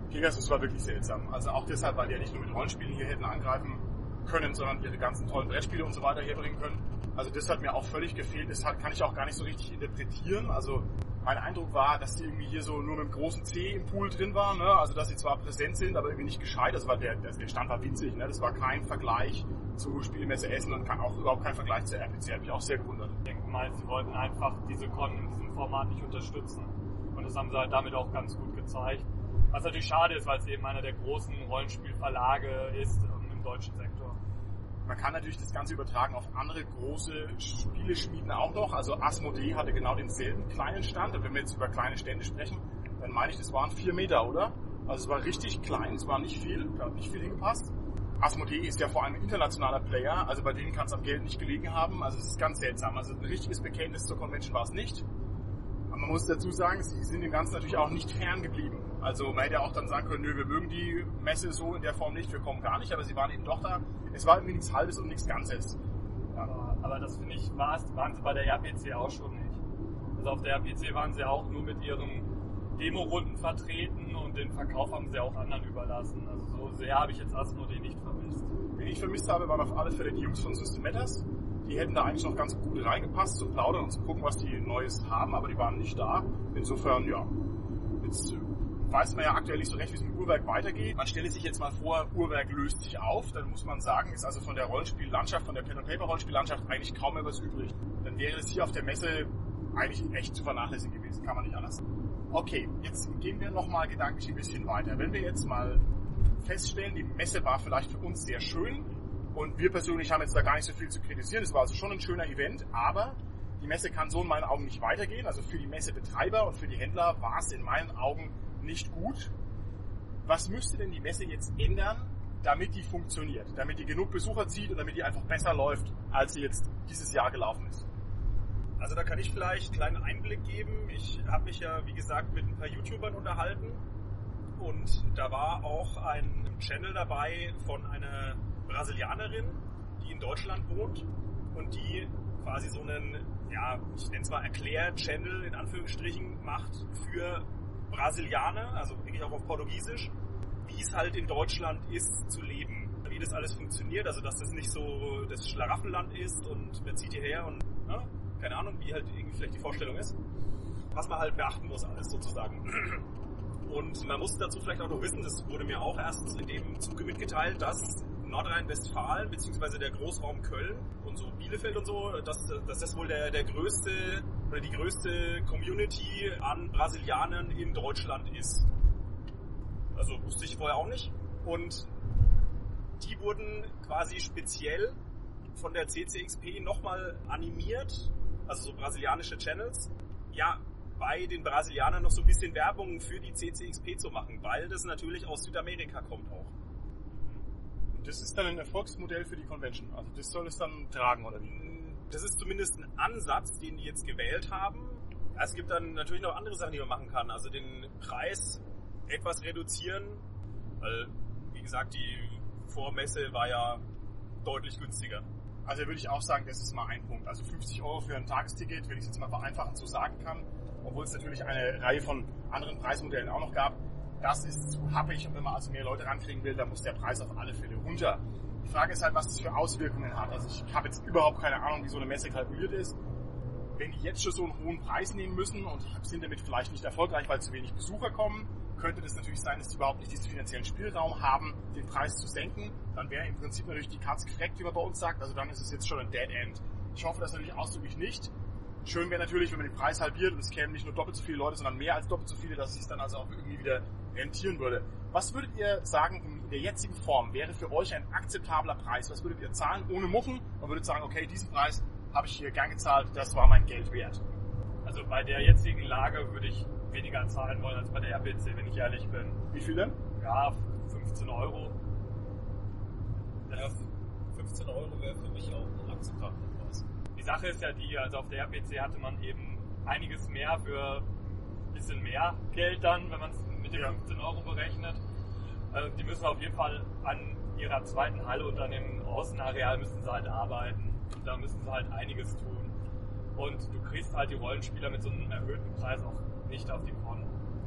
Pegasus war wirklich seltsam. Also auch deshalb, weil die ja nicht nur mit Rollenspielen hier hätten angreifen können, sondern ihre ganzen tollen Brettspiele und so weiter herbringen können. Also das hat mir auch völlig gefehlt. Das kann ich auch gar nicht so richtig interpretieren. Also mein Eindruck war, dass die irgendwie hier so nur mit dem großen C im Pool drin waren. Ne? Also dass sie zwar präsent sind, aber irgendwie nicht gescheit. Also der Stand war winzig. Ne? Das war kein Vergleich zu Spielmesse Essen und auch überhaupt kein Vergleich zur RPC. Hat mich auch sehr gewundert. Ich denke mal, sie wollten einfach diese Con in diesem Format nicht unterstützen. Und das haben sie halt damit auch ganz gut gezeigt. Was natürlich schade ist, weil es eben einer der großen Rollenspielverlage ist im deutschen Sektor. Man kann natürlich das Ganze übertragen auf andere große Spieleschmieden auch noch. Also Asmodee hatte genau denselben kleinen Stand. Und wenn wir jetzt über kleine Stände sprechen, dann meine ich, das waren 4 Meter, oder? Also es war richtig klein, es war nicht viel, da hat nicht viel hingepasst. Asmodee ist ja vor allem ein internationaler Player, also bei denen kann es am Geld nicht gelegen haben. Also es ist ganz seltsam. Also ein richtiges Bekenntnis zur Convention war es nicht. Aber man muss dazu sagen, sie sind dem Ganzen natürlich auch nicht fern geblieben. Also man hätte ja auch dann sagen können, nö, wir mögen die Messe so in der Form nicht, wir kommen gar nicht, aber sie waren eben doch da. Es war irgendwie nichts Halbes und nichts Ganzes. Ja. Aber das finde ich, waren sie bei der RPC auch schon nicht. Also auf der RPC waren sie auch nur mit ihren Demo-Runden vertreten und den Verkauf haben sie auch anderen überlassen. Also so sehr habe ich jetzt Asmodee nicht vermisst. Wen ich vermisst habe, waren auf alle Fälle die Jungs von System Matters. Die hätten da eigentlich noch ganz gut reingepasst, zu plaudern und zu gucken, was die Neues haben, aber die waren nicht da. Insofern, ja, jetzt weiß man ja aktuell nicht so recht, wie es mit Uhrwerk weitergeht. Man stelle sich jetzt mal vor, Uhrwerk löst sich auf, dann muss man sagen, ist also von der Rollenspiellandschaft, von der Pen-and-Paper-Rollenspiellandschaft eigentlich kaum mehr was übrig. Dann wäre es hier auf der Messe eigentlich echt zu vernachlässigen gewesen, kann man nicht anders sagen. Okay, jetzt gehen wir nochmal gedanklich ein bisschen weiter. Wenn wir jetzt mal feststellen, die Messe war vielleicht für uns sehr schön und wir persönlich haben jetzt da gar nicht so viel zu kritisieren, es war also schon ein schöner Event, aber die Messe kann so in meinen Augen nicht weitergehen. Also für die Messebetreiber und für die Händler war es in meinen Augen nicht gut. Was müsste denn die Messe jetzt ändern, damit die funktioniert, damit die genug Besucher zieht und damit die einfach besser läuft, als sie jetzt dieses Jahr gelaufen ist? Also da kann ich vielleicht einen kleinen Einblick geben. Ich habe mich ja, wie gesagt, mit ein paar YouTubern unterhalten und da war auch ein Channel dabei von einer Brasilianerin, die in Deutschland wohnt und die quasi so einen, ja, ich nenne es mal Erklär-Channel in Anführungsstrichen macht für Brasilianer, also wirklich auch auf Portugiesisch, wie es halt in Deutschland ist zu leben, wie das alles funktioniert, also dass das nicht so das Schlaraffenland ist und wer zieht hierher und ne, keine Ahnung, wie halt irgendwie vielleicht die Vorstellung ist, was man halt beachten muss alles sozusagen. Und man muss dazu vielleicht auch noch wissen, das wurde mir auch erst in dem Zuge mitgeteilt, dass Nordrhein-Westfalen bzw. der Großraum Köln und so Bielefeld und so, dass das wohl der größte oder die größte Community an Brasilianern in Deutschland ist. Also wusste ich vorher auch nicht. Und die wurden quasi speziell von der CCXP nochmal animiert, also so brasilianische Channels, ja, bei den Brasilianern noch so ein bisschen Werbung für die CCXP zu machen, weil das natürlich aus Südamerika kommt auch. Und das ist dann ein Erfolgsmodell für die Convention, also das soll es dann tragen, oder wie? Das ist zumindest ein Ansatz, den die jetzt gewählt haben. Es gibt dann natürlich noch andere Sachen, die man machen kann, also den Preis etwas reduzieren, weil, wie gesagt, die Vormesse war ja deutlich günstiger. Also würde ich auch sagen, das ist mal ein Punkt. Also 50 € für ein Tagesticket, wenn ich es jetzt mal vereinfachend so sagen kann, obwohl es natürlich eine Reihe von anderen Preismodellen auch noch gab. Das ist zu happig und wenn man also mehr Leute rankriegen will, dann muss der Preis auf alle Fälle runter. Die Frage ist halt, was das für Auswirkungen hat. Also ich habe jetzt überhaupt keine Ahnung, wie so eine Messe kalkuliert ist. Wenn die jetzt schon so einen hohen Preis nehmen müssen und sind damit vielleicht nicht erfolgreich, weil zu wenig Besucher kommen, könnte das natürlich sein, dass die überhaupt nicht diesen finanziellen Spielraum haben, den Preis zu senken. Dann wäre im Prinzip natürlich die Katz gefreckt, wie man bei uns sagt. Also dann ist es jetzt schon ein Dead End. Ich hoffe das natürlich ausdrücklich nicht. Schön wäre natürlich, wenn man den Preis halbiert und es kämen nicht nur doppelt so viele Leute, sondern mehr als doppelt so viele, dass es sich dann also auch irgendwie wieder rentieren würde. Was würdet ihr sagen, in der jetzigen Form wäre für euch ein akzeptabler Preis? Was würdet ihr zahlen ohne Muffen? Und würdet sagen, okay, diesen Preis habe ich hier gern gezahlt, das war mein Geld wert. Also bei der jetzigen Lage würde ich weniger zahlen wollen als bei der RPC, wenn ich ehrlich bin. Wie viel denn? Ja, 15 €. Ja, 15 € wäre für mich auch ein akzeptabler Preis. Die Sache ist ja die, also auf der RPC hatte man eben einiges mehr für ein bisschen mehr Geld dann, wenn man es mit den 15 € berechnet. Die müssen auf jeden Fall an ihrer zweiten Halle und an dem Außenareal müssen sie halt arbeiten. Und da müssen sie halt einiges tun. Und du kriegst halt die Rollenspieler mit so einem erhöhten Preis auch nicht auf die Con.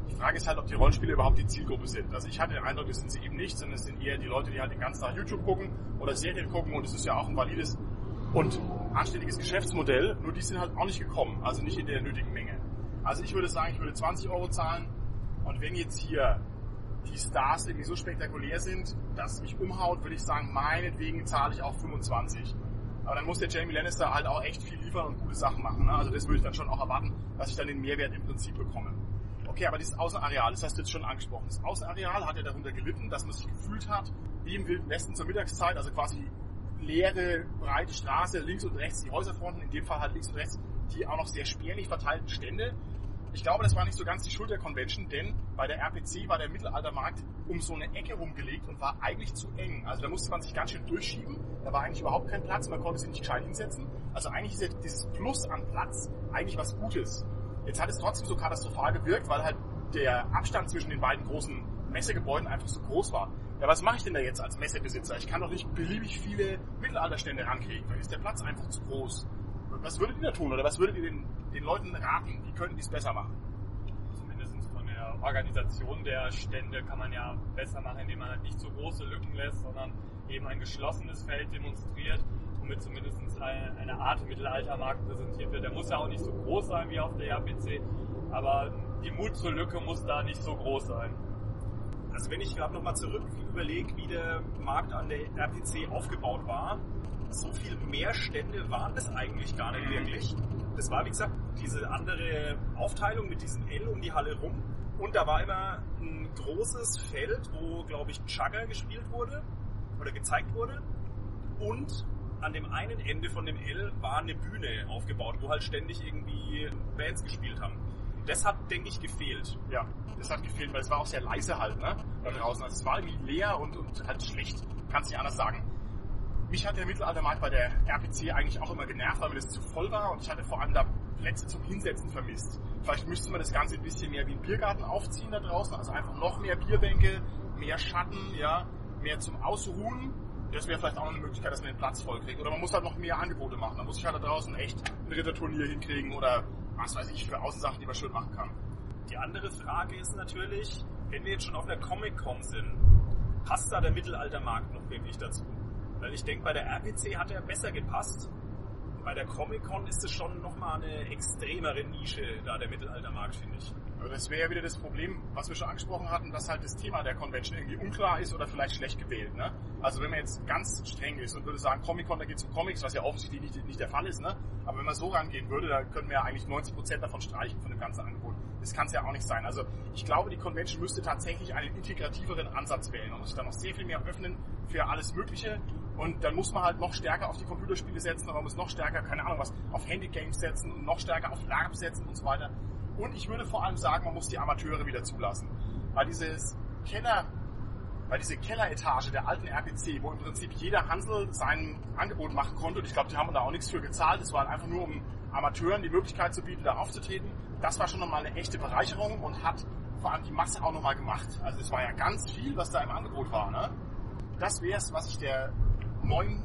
Die Frage ist halt, ob die Rollenspiele überhaupt die Zielgruppe sind. Also ich hatte den Eindruck, das sind sie eben nicht, sondern es sind eher die Leute, die halt den ganzen Tag YouTube gucken oder Serien gucken und es ist ja auch ein valides und anständiges Geschäftsmodell, nur die sind halt auch nicht gekommen, also nicht in der nötigen Menge. Also ich würde sagen, ich würde 20 € zahlen und wenn jetzt hier die Stars irgendwie so spektakulär sind, dass es mich umhaut, würde ich sagen, meinetwegen zahle ich auch 25. Aber dann muss der Jamie Lannister halt auch echt viel liefern und gute Sachen machen. Ne? Also das würde ich dann schon auch erwarten, dass ich dann den Mehrwert im Prinzip bekomme. Okay, aber dieses Außenareal, das hast du jetzt schon angesprochen. Das Außenareal hat ja darunter gelitten, dass man sich gefühlt hat, wie im Wilden Westen zur Mittagszeit, also quasi leere, breite Straße, links und rechts die Häuserfronten, in dem Fall halt links und rechts die auch noch sehr spärlich verteilten Stände. Ich glaube, das war nicht so ganz die Schuld der Convention, denn bei der RPC war der Mittelaltermarkt um so eine Ecke rumgelegt und war eigentlich zu eng. Also da musste man sich ganz schön durchschieben, da war eigentlich überhaupt kein Platz, man konnte sich nicht gescheit hinsetzen. Also eigentlich ist ja dieses Plus an Platz eigentlich was Gutes. Jetzt hat es trotzdem so katastrophal gewirkt, weil halt der Abstand zwischen den beiden großen Messegebäuden einfach so groß war. Ja, was mache ich denn da jetzt als Messebesitzer? Ich kann doch nicht beliebig viele Mittelalterstände rankriegen, dann ist der Platz einfach zu groß. Was würdet ihr da tun oder was würdet ihr den Leuten raten? Wie könnten die es besser machen? Zumindest von der Organisation der Stände kann man ja besser machen, indem man halt nicht so große Lücken lässt, sondern eben ein geschlossenes Feld demonstriert, womit zumindest eine Art Mittelaltermarkt präsentiert wird. Der muss ja auch nicht so groß sein wie auf der RPC, aber die Mut zur Lücke muss da nicht so groß sein. Also wenn ich gerade nochmal zurück überlege, wie der Markt an der RPC aufgebaut war, so viel mehr Stände waren das eigentlich gar nicht wirklich. Das war, wie gesagt, diese andere Aufteilung mit diesem L um die Halle rum. Und da war immer ein großes Feld, wo, glaube ich, Chugger gespielt wurde oder gezeigt wurde. Und an dem einen Ende von dem L war eine Bühne aufgebaut, wo halt ständig irgendwie Bands gespielt haben. Das hat, denke ich, gefehlt. Ja, das hat gefehlt, weil es war auch sehr leise halt, ne, da draußen. Also es war irgendwie leer und halt schlecht, kannst nicht anders sagen. Mich hat der Mittelaltermarkt bei der RPC eigentlich auch immer genervt, weil mir das zu voll war und ich hatte vor allem da Plätze zum Hinsetzen vermisst. Vielleicht müsste man das Ganze ein bisschen mehr wie ein Biergarten aufziehen da draußen, also einfach noch mehr Bierbänke, mehr Schatten, ja, mehr zum Ausruhen. Das wäre vielleicht auch noch eine Möglichkeit, dass man den Platz voll kriegt. Oder man muss halt noch mehr Angebote machen. Da muss ich halt da draußen echt ein Ritterturnier hinkriegen oder was weiß ich für Außensachen, die man schön machen kann. Die andere Frage ist natürlich, wenn wir jetzt schon auf einer Comic-Con sind, passt da der Mittelaltermarkt noch wirklich dazu? Weil ich denke, bei der RPC hat er besser gepasst. Bei der Comic-Con ist es schon nochmal eine extremere Nische, da der Mittelaltermarkt, finde ich. Aber das wäre ja wieder das Problem, was wir schon angesprochen hatten, dass halt das Thema der Convention irgendwie unklar ist oder vielleicht schlecht gewählt. Ne? Also wenn man jetzt ganz streng ist und würde sagen, Comic-Con, da geht es um Comics, was ja offensichtlich nicht der Fall ist, ne? Aber wenn man so rangehen würde, da können wir ja eigentlich 90% davon streichen von dem ganzen Angebot. Das kann es ja auch nicht sein. Also ich glaube, die Convention müsste tatsächlich einen integrativeren Ansatz wählen und sich dann noch sehr viel mehr öffnen für alles Mögliche. Und dann muss man halt noch stärker auf die Computerspiele setzen, aber man muss noch stärker, keine Ahnung was, auf Handygames setzen und noch stärker auf LARP setzen und so weiter. Und ich würde vor allem sagen, man muss die Amateure wieder zulassen. Weil diese Kelleretage der alten RPC, wo im Prinzip jeder Hansel sein Angebot machen konnte, und ich glaube, die haben da auch nichts für gezahlt, es war halt einfach nur, um Amateuren die Möglichkeit zu bieten, da aufzutreten. Das war schon nochmal eine echte Bereicherung und hat vor allem die Masse auch nochmal gemacht. Also es war ja ganz viel, was da im Angebot war. Ne? Das wäre es, was ich der neuen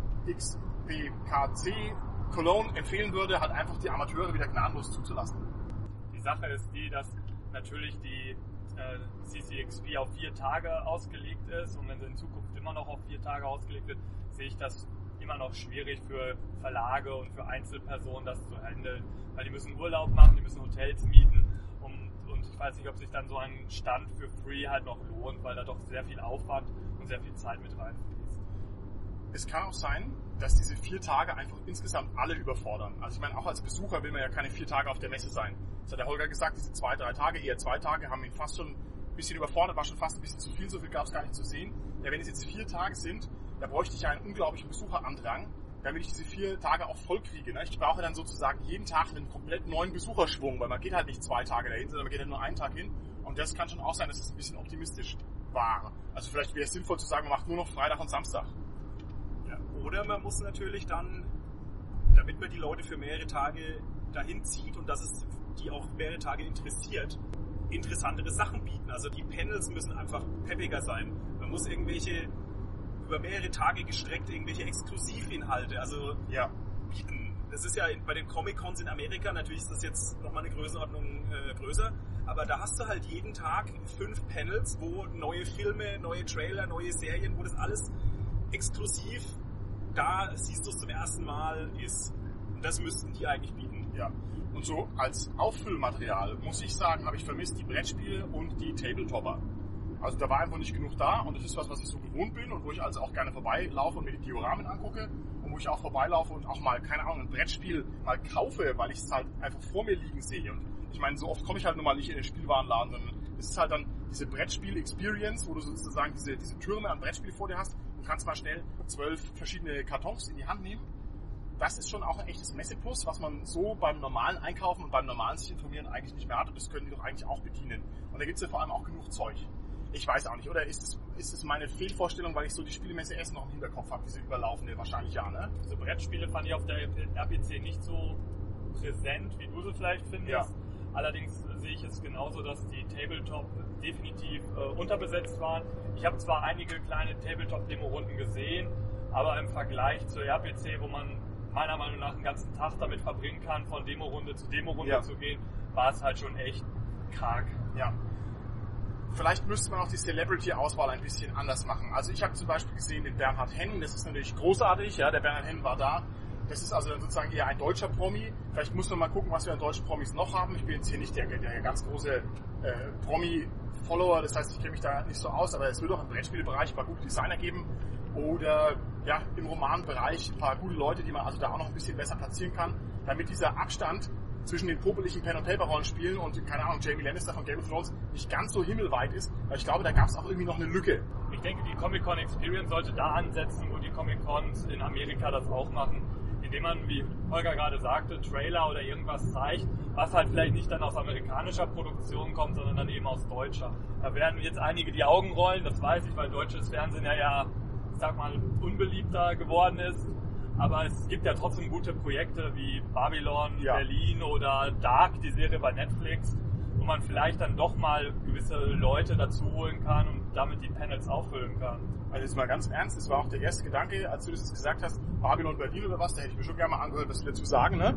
XPKC Cologne empfehlen würde, halt einfach die Amateure wieder gnadenlos zuzulassen. Die Sache ist die, dass natürlich die CCXP auf 4 Tage ausgelegt ist und wenn sie in Zukunft immer noch auf 4 Tage ausgelegt wird, sehe ich das immer noch schwierig für Verlage und für Einzelpersonen, das zu handeln, weil die müssen Urlaub machen, die müssen Hotels mieten und ich weiß nicht, ob sich dann so ein Stand für Free halt noch lohnt, weil da doch sehr viel Aufwand und sehr viel Zeit mit reinfließt. Es kann auch sein, dass diese 4 Tage einfach insgesamt alle überfordern. Also ich meine, auch als Besucher will man ja keine 4 Tage auf der Messe sein. Das hat der Holger gesagt, diese 2-3 Tage, eher 2 Tage, haben ihn fast schon ein bisschen überfordert, war schon fast ein bisschen zu viel, so viel gab es gar nicht zu sehen. Ja, wenn es jetzt 4 Tage sind, da bräuchte ich ja einen unglaublichen Besucherandrang, damit ich diese 4 Tage auch voll kriege. Ne? Ich brauche dann sozusagen jeden Tag einen komplett neuen Besucherschwung, weil man geht halt nicht 2 Tage dahin, sondern man geht halt nur einen Tag hin. Und das kann schon auch sein, dass es ein bisschen optimistisch war. Also vielleicht wäre es sinnvoll zu sagen, man macht nur noch Freitag und Samstag. Ja, oder man muss natürlich dann, damit man die Leute für mehrere Tage dahin zieht und dass es die auch mehrere Tage interessiert, interessantere Sachen bieten. Also die Panels müssen einfach peppiger sein. Man muss über mehrere Tage gestreckt irgendwelche Exklusivinhalte bieten. das ist ja bei den Comic-Cons in Amerika, natürlich ist das jetzt nochmal eine Größenordnung größer, aber da hast du halt jeden Tag 5 Panels, wo neue Filme, neue Trailer, neue Serien, wo das alles exklusiv, da siehst du es zum ersten Mal ist. Und das müssten die eigentlich bieten. Ja. Und so als Auffüllmaterial, muss ich sagen, habe ich vermisst die Brettspiele und die Tabletopper. Also da war einfach nicht genug da und das ist was ich so gewohnt bin und wo ich also auch gerne vorbeilaufe und mir die Dioramen angucke und wo ich auch vorbeilaufe und auch mal, keine Ahnung, ein Brettspiel mal kaufe, weil ich es halt einfach vor mir liegen sehe. Und ich meine, so oft komme ich halt nun mal nicht in den Spielwarenladen, sondern es ist halt dann diese Brettspiel-Experience, wo du sozusagen diese Türme an Brettspiel vor dir hast und kannst mal schnell 12 verschiedene Kartons in die Hand nehmen. Das ist schon auch ein echtes Messeplus, was man so beim normalen Einkaufen und beim normalen sich informieren eigentlich nicht mehr hat und das können die doch eigentlich auch bedienen. Und da gibt es ja vor allem auch genug Zeug. Ich weiß auch nicht, oder ist es meine Fehlvorstellung, weil ich so die Spielemesse Essen noch im Hinterkopf habe, diese überlaufende? Wahrscheinlich ja, ne? Also Brettspiele fand ich auf der RPC nicht so präsent, wie du sie vielleicht findest. Ja. Allerdings sehe ich es genauso, dass die Tabletop definitiv unterbesetzt waren. Ich habe zwar einige kleine Tabletop-Demo-Runden gesehen, aber im Vergleich zur RPC, wo man meiner Meinung nach einen ganzen Tag damit verbringen kann, von Demo-Runde zu Demo-Runde zu gehen, war es halt schon echt karg. Ja. Vielleicht müsste man auch die Celebrity-Auswahl ein bisschen anders machen. Also ich habe zum Beispiel gesehen den Bernhard Henn, das ist natürlich großartig, ja, der Bernhard Henn war da. Das ist also dann sozusagen eher ein deutscher Promi. Vielleicht muss man mal gucken, was wir an deutschen Promis noch haben. Ich bin jetzt hier nicht der ganz große Promi-Follower, das heißt, ich kenne mich da nicht so aus, aber es wird auch im Brettspielbereich ein paar gute Designer geben. Oder ja, im Romanbereich ein paar gute Leute, die man also da auch noch ein bisschen besser platzieren kann, damit dieser Abstand zwischen den popeligen Pen-and-Paper-Rollenspielen und, keine Ahnung, Jamie Lannister von Game of Thrones nicht ganz so himmelweit ist, weil ich glaube, da gab es auch irgendwie noch eine Lücke. Ich denke, die Comic-Con Experience sollte da ansetzen, wo die Comic-Cons in Amerika das auch machen, indem man, wie Holger gerade sagte, Trailer oder irgendwas zeigt, was halt vielleicht nicht dann aus amerikanischer Produktion kommt, sondern dann eben aus deutscher. Da werden jetzt einige die Augen rollen, das weiß ich, weil deutsches Fernsehen ja, ich sag mal, unbeliebter geworden ist. Aber es gibt ja trotzdem gute Projekte wie Babylon, Berlin oder Dark, die Serie bei Netflix, wo man vielleicht dann doch mal gewisse Leute dazu holen kann und damit die Panels auffüllen kann. Also jetzt mal ganz ernst, das war auch der erste Gedanke, als du das jetzt gesagt hast, Babylon, Berlin oder was, da hätte ich mir schon gerne mal angehört, was sie dazu sagen, ne?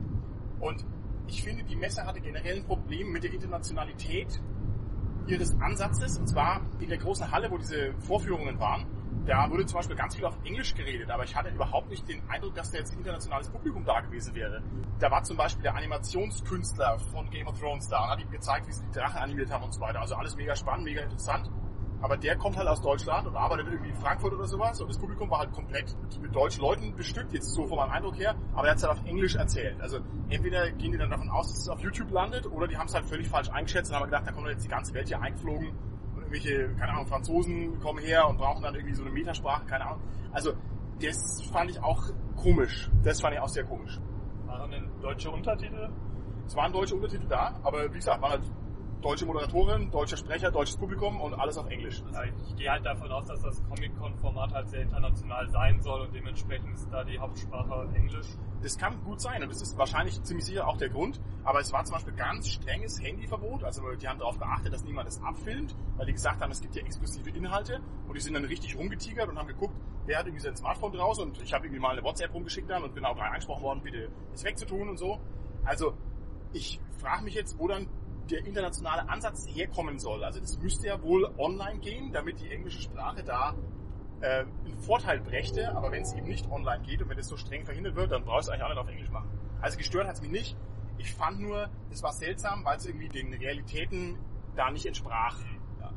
Und ich finde, die Messe hatte generell ein Problem mit der Internationalität ihres Ansatzes, und zwar in der großen Halle, wo diese Vorführungen waren. Da wurde zum Beispiel ganz viel auf Englisch geredet, aber ich hatte überhaupt nicht den Eindruck, dass da jetzt ein internationales Publikum da gewesen wäre. Da war zum Beispiel der Animationskünstler von Game of Thrones da und hat ihm gezeigt, wie sie die Drachen animiert haben und so weiter. Also alles mega spannend, mega interessant. Aber der kommt halt aus Deutschland und arbeitet irgendwie in Frankfurt oder sowas und das Publikum war halt komplett mit deutschen Leuten bestückt, jetzt so von meinem Eindruck her, aber er hat es halt auf Englisch erzählt. Also entweder gehen die dann davon aus, dass es auf YouTube landet oder die haben es halt völlig falsch eingeschätzt und haben gedacht, da kommt jetzt die ganze Welt hier eingeflogen. Irgendwelche, keine Ahnung, Franzosen kommen her und brauchen dann irgendwie so eine Metasprache, keine Ahnung. Also, das fand ich auch komisch. Das fand ich auch sehr komisch. Waren denn deutsche Untertitel? Es waren deutsche Untertitel da, aber wie gesagt, waren halt deutsche Moderatorin, deutscher Sprecher, deutsches Publikum und alles auf Englisch. Ja, ich gehe halt davon aus, dass das Comic-Con-Format halt sehr international sein soll und dementsprechend ist da die Hauptsprache Englisch. Das kann gut sein und das ist wahrscheinlich ziemlich sicher auch der Grund, aber es war zum Beispiel ganz strenges Handyverbot, also die haben darauf geachtet, dass niemand das abfilmt, weil die gesagt haben, es gibt ja exklusive Inhalte und die sind dann richtig rumgetigert und haben geguckt, wer hat irgendwie sein Smartphone draußen und ich habe irgendwie mal eine WhatsApp rumgeschickt dann und bin auch gleich angesprochen worden, bitte das wegzutun und so. Also ich frage mich jetzt, wo dann der internationale Ansatz herkommen soll. Also das müsste ja wohl online gehen, damit die englische Sprache da einen Vorteil brächte, aber wenn es eben nicht online geht und wenn das so streng verhindert wird, dann brauchst du eigentlich auch nicht auf Englisch machen. Also gestört hat es mich nicht. Ich fand nur, es war seltsam, weil es irgendwie den Realitäten da nicht entsprach. Ja.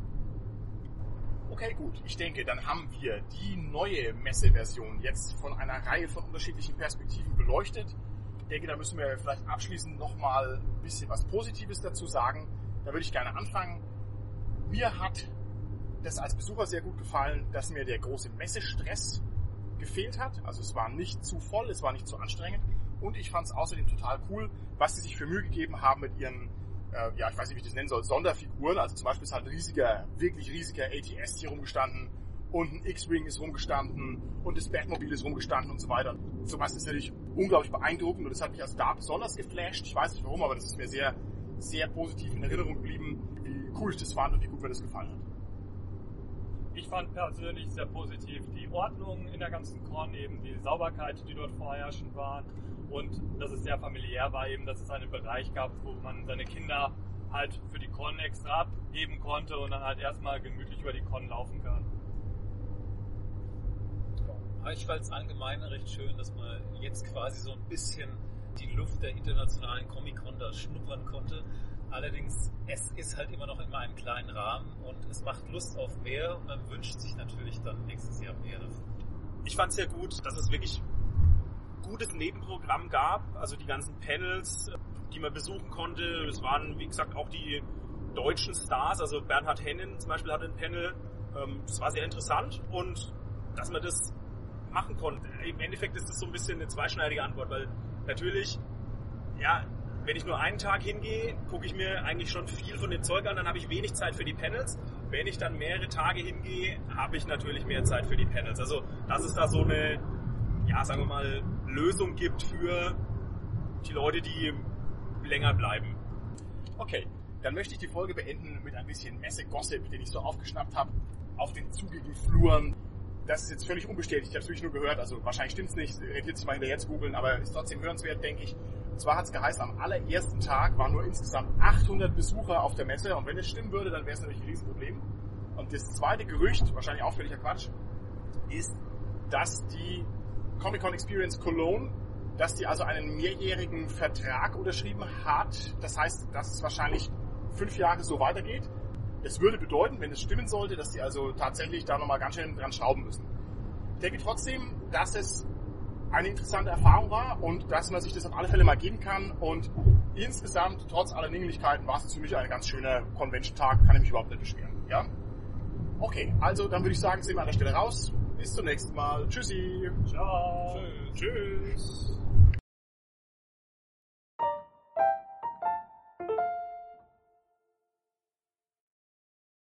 Okay, gut. Ich denke, dann haben wir die neue Messeversion jetzt von einer Reihe von unterschiedlichen Perspektiven beleuchtet. Ich denke, da müssen wir vielleicht abschließend nochmal ein bisschen was Positives dazu sagen. Da würde ich gerne anfangen. Mir hat das als Besucher sehr gut gefallen, dass mir der große Messestress gefehlt hat. Also es war nicht zu voll, es war nicht zu anstrengend. Und ich fand es außerdem total cool, was sie sich für Mühe gegeben haben mit ihren, ich weiß nicht, wie ich das nennen soll, Sonderfiguren. Also zum Beispiel ist halt ein wirklich riesiger ATS hier rumgestanden und ein X-Wing ist rumgestanden und das Batmobil ist rumgestanden und so weiter. Sowas ist natürlich unglaublich beeindruckend und das hat mich also da besonders geflasht. Ich weiß nicht warum, aber das ist mir sehr, sehr positiv in Erinnerung geblieben, wie cool ich das fand und wie gut mir das gefallen hat. Ich fand persönlich sehr positiv die Ordnung in der ganzen Con, eben die Sauberkeit, die dort vorherrschend war Und dass es sehr familiär war eben, dass es einen Bereich gab, wo man seine Kinder halt für die Con extra abgeben konnte und dann halt erstmal gemütlich über die Con laufen kann. Ich fand es allgemein recht schön, dass man jetzt quasi so ein bisschen die Luft der internationalen Comic-Con da schnuppern konnte. Allerdings, es ist halt immer noch in einem kleinen Rahmen und es macht Lust auf mehr und man wünscht sich natürlich dann nächstes Jahr mehr davon. Ich fand es sehr gut, dass es wirklich gutes Nebenprogramm gab, also die ganzen Panels, die man besuchen konnte. Es waren, wie gesagt, auch die deutschen Stars, also Bernhard Hennen zum Beispiel hatte ein Panel. Das war sehr interessant und dass man das machen konnte. Im Endeffekt ist das so ein bisschen eine zweischneidige Antwort, weil natürlich, ja, wenn ich nur einen Tag hingehe, gucke ich mir eigentlich schon viel von dem Zeug an, dann habe ich wenig Zeit für die Panels. Wenn ich dann mehrere Tage hingehe, habe ich natürlich mehr Zeit für die Panels. Also, dass es da so eine, ja, sagen wir mal, Lösung gibt für die Leute, die länger bleiben. Okay, dann möchte ich die Folge beenden mit ein bisschen Messe-Gossip, den ich so aufgeschnappt habe auf den zugigen Fluren. Das ist jetzt völlig unbestätigt, ich habe es wirklich nur gehört, also wahrscheinlich stimmt's nicht, rentiert sich mal hinterher zu googeln, aber ist trotzdem hörenswert, denke ich. Und zwar hat es geheißen, am allerersten Tag waren nur insgesamt 800 Besucher auf der Messe und wenn es stimmen würde, dann wäre es natürlich ein Riesenproblem. Und das zweite Gerücht, wahrscheinlich auch völliger Quatsch, ist, dass die Comic-Con Experience Cologne, dass die also einen mehrjährigen Vertrag unterschrieben hat. Das heißt, dass es wahrscheinlich 5 Jahre so weitergeht. Es würde bedeuten, wenn es stimmen sollte, dass die also tatsächlich da nochmal ganz schön dran schrauben müssen. Ich denke trotzdem, dass es eine interessante Erfahrung war und dass man sich das auf alle Fälle mal geben kann. Und insgesamt, trotz aller Ningeligkeiten, war es für mich ein ganz schöner Convention-Tag. Kann ich mich überhaupt nicht beschweren. Ja? Okay, also dann würde ich sagen, sehen wir an der Stelle raus. Bis zum nächsten Mal. Tschüssi. Ciao. Tschüss.